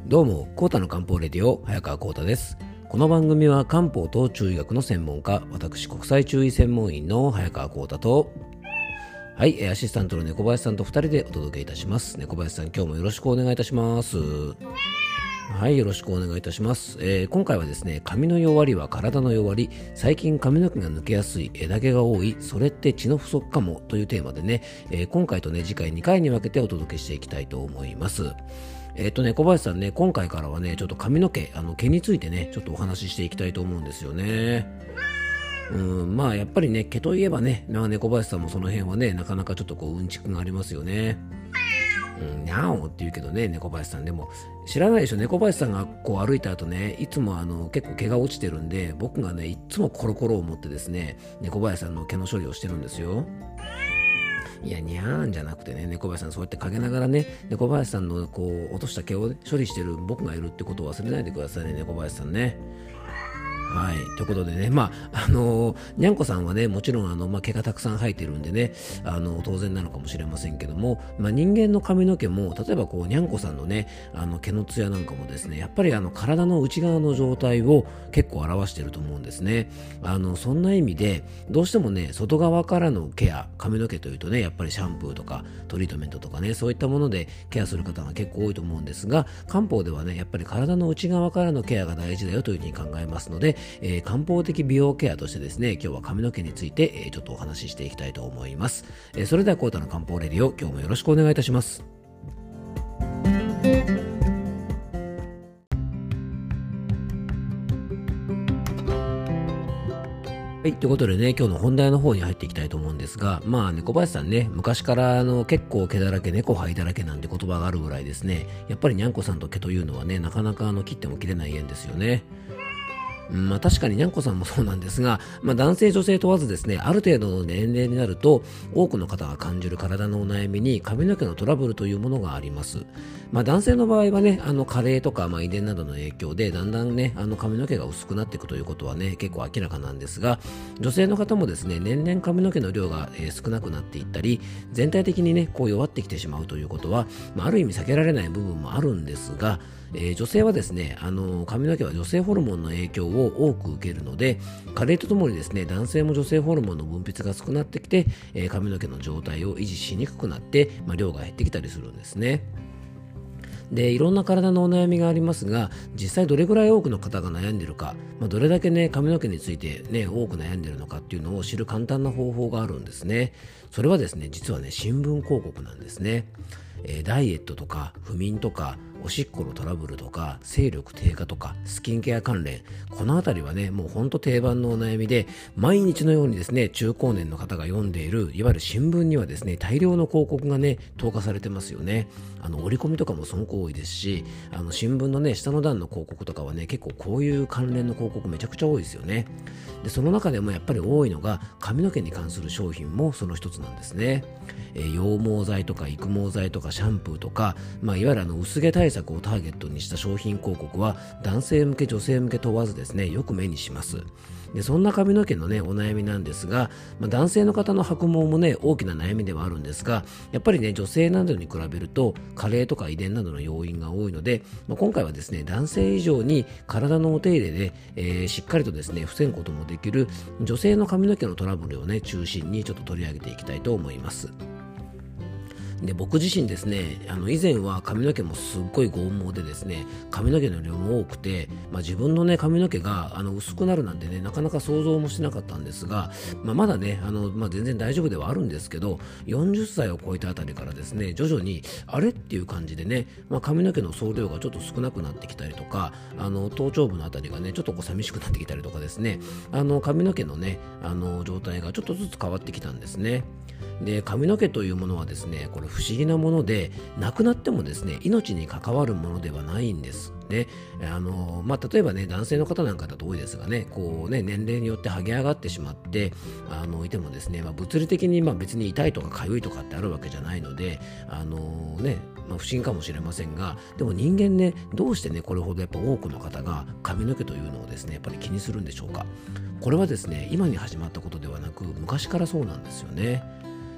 どうも、コータの漢方レディオ、早川コータです。この番組は漢方と中医学の専門家、私国際中医専門医の早川コータと、はい、アシスタントの猫林さんと2人でお届けいたします。猫林さん、今日もよろしくお願いいたします。はい、よろしくお願いいたします。今回はですね、髪の弱りは体の弱り、最近髪の毛が抜けやすい、枝毛が多い、それって血の不足かもというテーマでね、今回とね、次回2回に分けてお届けしていきたいと思います。小林さんね、今回からはね、ちょっと髪の毛、毛についてね、ちょっとお話ししていきたいと思うんですよね。まあやっぱりね、毛といえばね、猫林さんもその辺はね、なかなかちょっとうんちくがありますよね。にゃおって言うけどね、猫林さんでも知らないでしょ。猫林さんがこう歩いた後ね、いつも結構毛が落ちてるんで、僕がね、いつもコロコロを持ってですね、猫林さんの毛の処理をしてるんですよ。いや、にゃーんじゃなくてね、猫林さんそうやって陰ながらね、猫林さんのこう落とした毛を、処理してる僕がいるってことを忘れないでくださいね、猫林さんね。はい。ということでね、にゃんこさんはね、もちろん毛がたくさん生えてるんでね、当然なのかもしれませんけども、人間の髪の毛も、例えばこう、にゃんこさんのね、毛のツヤなんかもですね、やっぱり体の内側の状態を結構表してると思うんですね。そんな意味で、どうしてもね、外側からのケア、髪の毛というとね、やっぱりシャンプーとかトリートメントとかね、そういったものでケアする方が結構多いと思うんですが、漢方ではね、やっぱり体の内側からのケアが大事だよというふうに考えますので、漢方的美容ケアとしてですね、今日は髪の毛について、ちょっとお話ししていきたいと思います。それではコータの漢方レディオ、今日もよろしくお願いいたします。はい、ということでね、今日の本題の方に入っていきたいと思うんですが、猫林さんね、昔から結構毛だらけ、猫灰だらけなんて言葉があるぐらいですね、やっぱりにゃんこさんと毛というのはね、なかなか切っても切れない縁ですよね。確かににゃんこさんもそうなんですが、男性女性問わずですね、ある程度の年齢になると多くの方が感じる体のお悩みに髪の毛のトラブルというものがあります。男性の場合はね、加齢とか遺伝などの影響でだんだんね、髪の毛が薄くなっていくということはね、結構明らかなんですが、女性の方もですね、年々髪の毛の量が、少なくなっていったり、全体的にね、こう弱ってきてしまうということは、ある意味避けられない部分もあるんですが、女性はですね、髪の毛は女性ホルモンの影響を多く受けるので、加齢とともにですね、男性も女性ホルモンの分泌が少なってきて、髪の毛の状態を維持しにくくなって、量が減ってきたりするんですね。で、いろんな体のお悩みがありますが、実際どれぐらい多くの方が悩んでいるか、どれだけね、髪の毛についてね、多く悩んでいるのかっていうのを知る簡単な方法があるんですね。それはですね、実はね、新聞広告なんですね。ダイエットとか不眠とかおしっこのトラブルとか精力低下とかスキンケア関連、このあたりはね、もうほんと定番のお悩みで、毎日のようにですね、中高年の方が読んでいるいわゆる新聞にはですね、大量の広告がね、投下されてますよね。折り込みとかもすごく多いですし、新聞のね、下の段の広告とかはね、結構こういう関連の広告めちゃくちゃ多いですよね。で、その中でもやっぱり多いのが髪の毛に関する商品もその一つなんですね。羊毛剤とか育毛剤とかシャンプーとか、いわゆる薄毛対策をターゲットにした商品広告は男性向け女性向け問わずですね、よく目にします。で、そんな髪の毛のね、お悩みなんですが、男性の方の白毛もね、大きな悩みではあるんですが、やっぱりね、女性などに比べると加齢とか遺伝などの要因が多いので、今回はですね、男性以上に体のお手入れで、しっかりとですね、防ぐこともできる女性の髪の毛のトラブルをね、中心にちょっと取り上げていきたいと思います。で、僕自身ですね、以前は髪の毛もすっごい剛毛でですね、髪の毛の量も多くて、自分のね、髪の毛が薄くなるなんてね、なかなか想像もしなかったんですが、まだね、全然大丈夫ではあるんですけど、40歳を超えたあたりからですね、徐々にあれっていう感じでね、髪の毛の総量がちょっと少なくなってきたりとか、頭頂部のあたりがね、ちょっとこう寂しくなってきたりとかですね、髪の毛のね、状態がちょっとずつ変わってきたんですね。で、髪の毛というものはですね、これ不思議なもので、なくなってもですね、命に関わるものではないんですね。例えばね、男性の方なんかだと多いですがね、こうね、年齢によって剥げ上がってしまっていてもですね、物理的に別に痛いとか痒いとかってあるわけじゃないので、不思議かもしれませんが、でも人間ね、どうしてね、これほどやっぱ多くの方が髪の毛というのをですね、やっぱり気にするんでしょうか。これはですね、今に始まったことではなく、昔からそうなんですよね。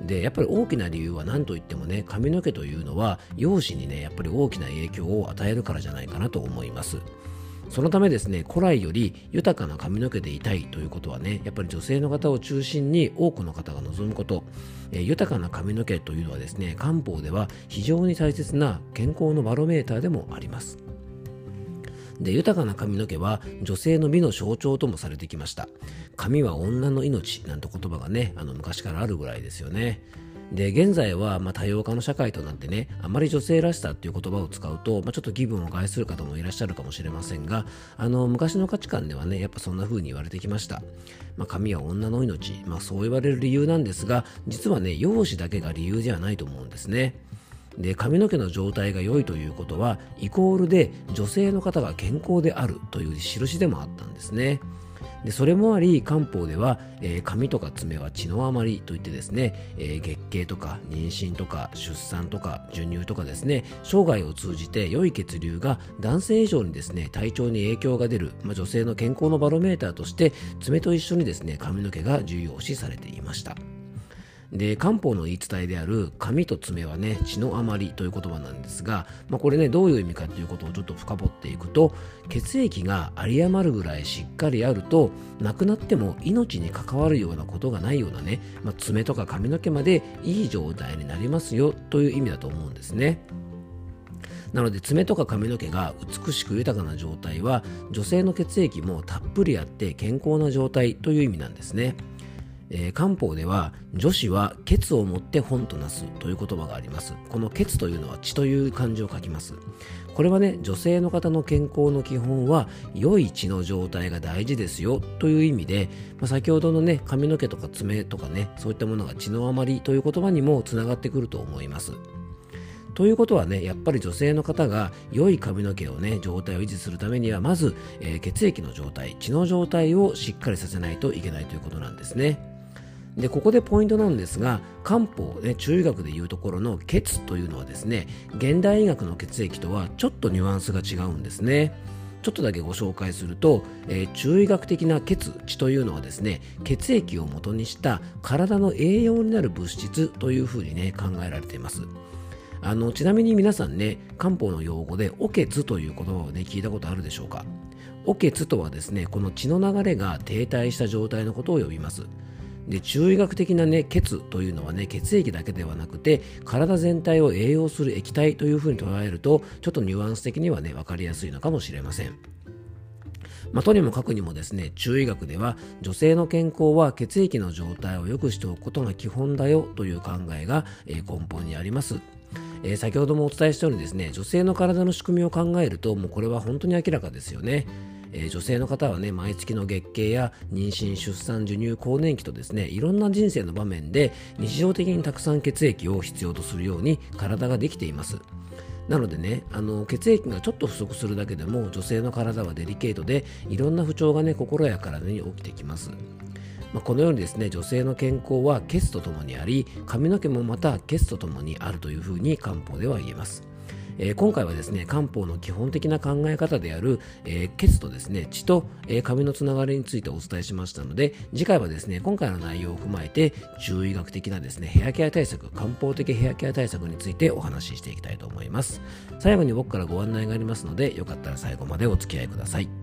でやっぱり大きな理由は何といってもね、髪の毛というのは容姿にねやっぱり大きな影響を与えるからじゃないかなと思います。そのためですね、古来より豊かな髪の毛でいたいということはね、やっぱり女性の方を中心に多くの方が望むこと、豊かな髪の毛というのはですね、漢方では非常に大切な健康のバロメーターでもあります。で、豊かな髪の毛は女性の美の象徴ともされてきました。髪は女の命なんて言葉がね、昔からあるぐらいですよね。で、現在は多様化の社会となってね、あまり女性らしさっていう言葉を使うと、ちょっと気分を害する方もいらっしゃるかもしれませんが、昔の価値観ではね、やっぱそんな風に言われてきました。髪は女の命、そう言われる理由なんですが、実はね、容姿だけが理由ではないと思うんですね。で、髪の毛の状態が良いということはイコールで女性の方が健康であるという印でもあったんですね。で、それもあり漢方では、髪とか爪は血の余りといってですね、月経とか妊娠とか出産とか授乳とかですね、生涯を通じて良い血流が男性以上にですね体調に影響が出る、女性の健康のバロメーターとして爪と一緒にですね髪の毛が重要視されていました。で、漢方の言い伝えである髪と爪はね血の余りという言葉なんですが、これねどういう意味かということをちょっと深掘っていくと、血液が有り余るぐらいしっかりあると亡くなっても命に関わるようなことがないようなね、爪とか髪の毛までいい状態になりますよという意味だと思うんですね。なので爪とか髪の毛が美しく豊かな状態は女性の血液もたっぷりあって健康な状態という意味なんですね。漢方では女子は血をもって本となすという言葉があります。この血というのは血という漢字を書きます。これはね、女性の方の健康の基本は良い血の状態が大事ですよという意味で、先ほどのね髪の毛とか爪とかね、そういったものが血の余りという言葉にもつながってくると思います。ということはね、やっぱり女性の方が良い髪の毛をね状態を維持するためにはまず、血液の状態、血の状態をしっかりさせないといけないということなんですね。で、ここでポイントなんですが、漢方、中医学でいうところの血というのはですね、現代医学の血液とはちょっとニュアンスが違うんですね。ちょっとだけご紹介すると、中医学的な血というのはですね、血液を元にした体の栄養になる物質というふうにね考えられています。ちなみに皆さんね、漢方の用語でお血という言葉をね聞いたことあるでしょうか。お血とはですね、この血の流れが停滞した状態のことを呼びます。で、中医学的なね血というのはね、血液だけではなくて体全体を栄養する液体というふうに捉えると、ちょっとニュアンス的にはね分かりやすいのかもしれません。とにもかくにもですね、中医学では女性の健康は血液の状態を良くしておくことが基本だよという考えが、根本にあります。先ほどもお伝えしたようにですね、女性の体の仕組みを考えるともうこれは本当に明らかですよね。女性の方はね、毎月の月経や妊娠、出産、授乳、更年期とですね、いろんな人生の場面で日常的にたくさん血液を必要とするように体ができています。なのでね、血液がちょっと不足するだけでも女性の体はデリケートでいろんな不調がね心や体に起きてきます。このようにですね、女性の健康は血とともにあり、髪の毛もまた血とともにあるというふうに漢方では言えます。今回はですね、漢方の基本的な考え方である、血とですね、血と、髪のつながりについてお伝えしましたので、次回はですね、今回の内容を踏まえて中医学的なですねヘアケア対策、漢方的ヘアケア対策についてお話ししていきたいと思います。最後に僕からご案内がありますので、よかったら最後までお付き合いください。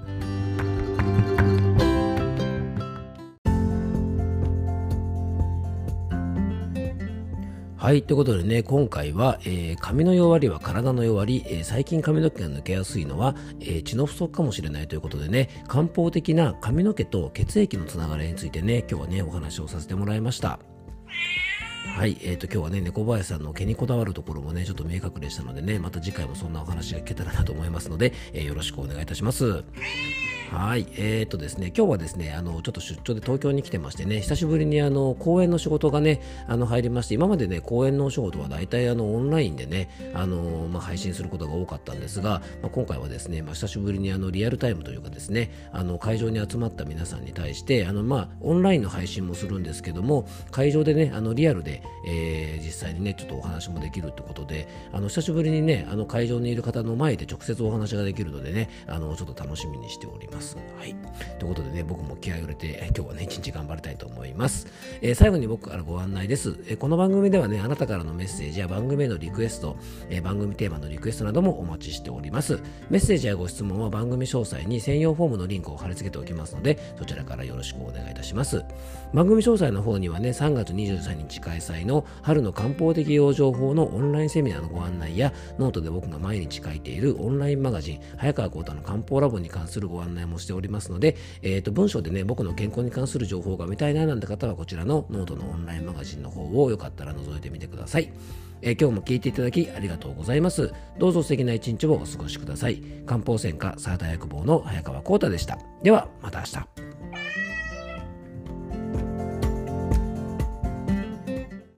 はい、ということでね、今回は、髪の弱りは体の弱り、最近髪の毛が抜けやすいのは、血の不足かもしれないということでね、漢方的な髪の毛と血液のつながりについてね、今日はねお話をさせてもらいました。はい、今日はね、猫林さんの毛にこだわるところもねちょっと明確でしたのでね、また次回もそんなお話が聞けたらなと思いますので、よろしくお願いいたします。はい、ですね、今日はですね、ちょっと出張で東京に来てましてね、久しぶりに講演の仕事がね、入りまして、今までね、講演のお仕事は大体オンラインでね、配信することが多かったんですが、今回はですね、久しぶりにリアルタイムというかですね、会場に集まった皆さんに対して、オンラインの配信もするんですけども、会場でね、リアルで、実際にね、ちょっとお話もできるってことで、久しぶりにね、会場にいる方の前で直接お話ができるのでね、ちょっと楽しみにしております。 ます。はい。ということでね、僕も気合を入れて、今日はね、一日頑張りたいと思います。最後に僕からご案内です。この番組ではね、あなたからのメッセージや番組へのリクエスト、番組テーマのリクエストなどもお待ちしております。メッセージやご質問は番組詳細に専用フォームのリンクを貼り付けておきますので、そちらからよろしくお願いいたします。番組詳細の方にはね、3月23日開催の春の漢方的養生法のオンラインセミナーのご案内や、ノートで僕が毎日書いているオンラインマガジン、早川浩太の漢方ラボに関するご案内もしておりますので、文章でね、僕の健康に関する情報が見たいななんて方は、こちらのノートのオンラインマガジンの方をよかったら覗いてみてください。今日も聞いていただきありがとうございます。どうぞ素敵な一日をお過ごしください。漢方専科サーター薬房の早川浩太でした。ではまた明日。